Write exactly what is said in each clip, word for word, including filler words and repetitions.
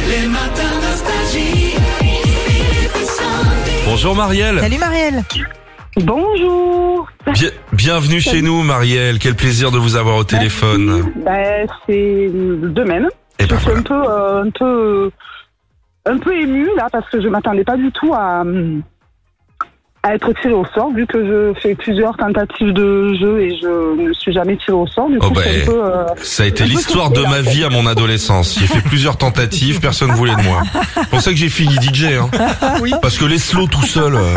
Les matins nostalgie. Philippe et Sandy. Bonjour Marielle. Salut Marielle. Bonjour. Bien- bienvenue chez nous Marielle. Quel plaisir de vous avoir au téléphone. Ben, c'est de même. Et Je ben suis voilà. un peu, euh, un peu, un peu émue là parce que je m'attendais pas du tout à, à être tirée au sort vu que je fais plusieurs tentatives de jeu et je ne suis jamais tirée au sort. Du Oh coup, ben, c'est un peu. euh, Ça a été un peu l'histoire de surpris, ma là. vie à mon adolescence. J'ai fait plusieurs tentatives, personne voulait de moi. C'est pour ça que j'ai fini D J. Hein. Parce que les slows tout seul. euh,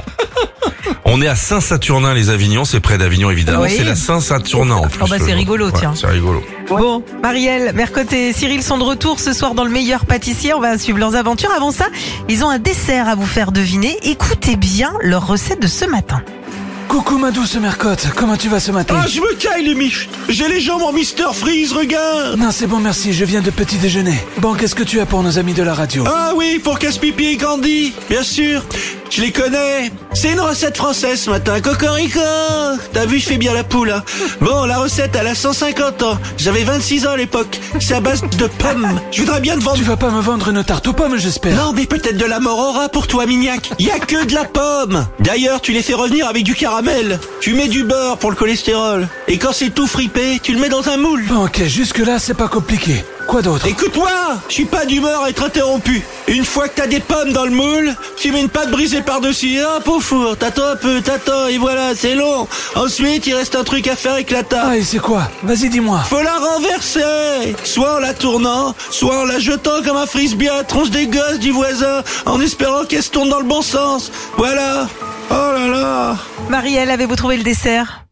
On est à Saint-Saturnin les Avignons, c'est près d'Avignon évidemment. Oui. C'est la Saint-Saturnin en plus. Oh bah, c'est euh, rigolo, ouais, tiens. C'est rigolo. Bon, Marielle, Mercotte et Cyril sont de retour ce soir dans le meilleur pâtissier. On va suivre leurs aventures. Avant ça, ils ont un dessert à vous faire deviner. Écoutez bien leur recette de ce matin. Coucou ma douce Mercotte, comment tu vas ce matin? Ah, je me caille les miches. J'ai les jambes en Mister Freeze, regarde. Non, c'est bon, merci, je viens de petit déjeuner. Bon, qu'est-ce que tu as pour nos amis de la radio? Ah oui, pour Casse-Pipi et Candy, bien sûr. Je les connais. C'est une recette française ce matin. Cocorico. T'as vu, je fais bien la poule. Hein. Bon, la recette, elle a cent cinquante ans. J'avais vingt-six ans à l'époque. C'est à base de pommes. Je voudrais bien te vendre... Tu vas pas me vendre une tarte aux pommes, j'espère? Non, mais peut-être de la morora pour toi, Mignac. Y a que de la pomme. D'ailleurs, tu les fais revenir avec du caramel. Tu mets du beurre pour le cholestérol. Et quand c'est tout fripé, tu le mets dans un moule. Bon, ok, jusque-là, c'est pas compliqué. Quoi d'autre? Écoute-moi, je suis pas d'humeur à être interrompu. Une fois que t'as des pommes dans le moule, tu mets une pâte brisée par-dessus, hop au four, t'attends un peu, t'attends, et voilà, c'est long. Ensuite, il reste un truc à faire avec la tarte. Ah, et c'est quoi? Vas-y, dis-moi. Faut la renverser, soit en la tournant, soit en la jetant comme un frisbee à la tronche des gosses du voisin, en espérant qu'elle se tourne dans le bon sens. Voilà. Oh là là. Marielle, avez-vous trouvé le dessert?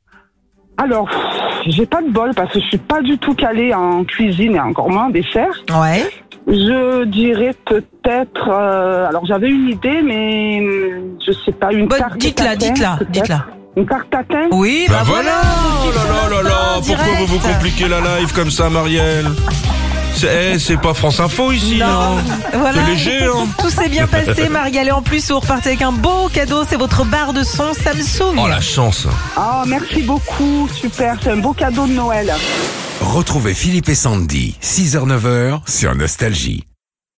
Alors, j'ai pas de bol parce que je suis pas du tout calée en cuisine et encore moins en dessert. Ouais. Je dirais peut-être. euh, alors, j'avais une idée, mais hum, je sais pas une Bon, tarte. dites-la, tatin, dites-la, peut-être. dites-la. Une tarte tatin. Oui, Bah bah, voilà. Oh là là là là. Pourquoi vous vous direct. compliquez la live comme ça Marielle? C'est, eh, c'est pas France Info ici, Non, non, voilà. C'est léger, hein. Tout s'est bien passé, Marielle. Et en plus, vous repartez avec un beau cadeau. C'est votre barre de son Samsung. Oh la chance. Ah, merci beaucoup, super, c'est un beau cadeau de Noël. Retrouvez Philippe et Sandy, six heures neuf heures sur Nostalgie.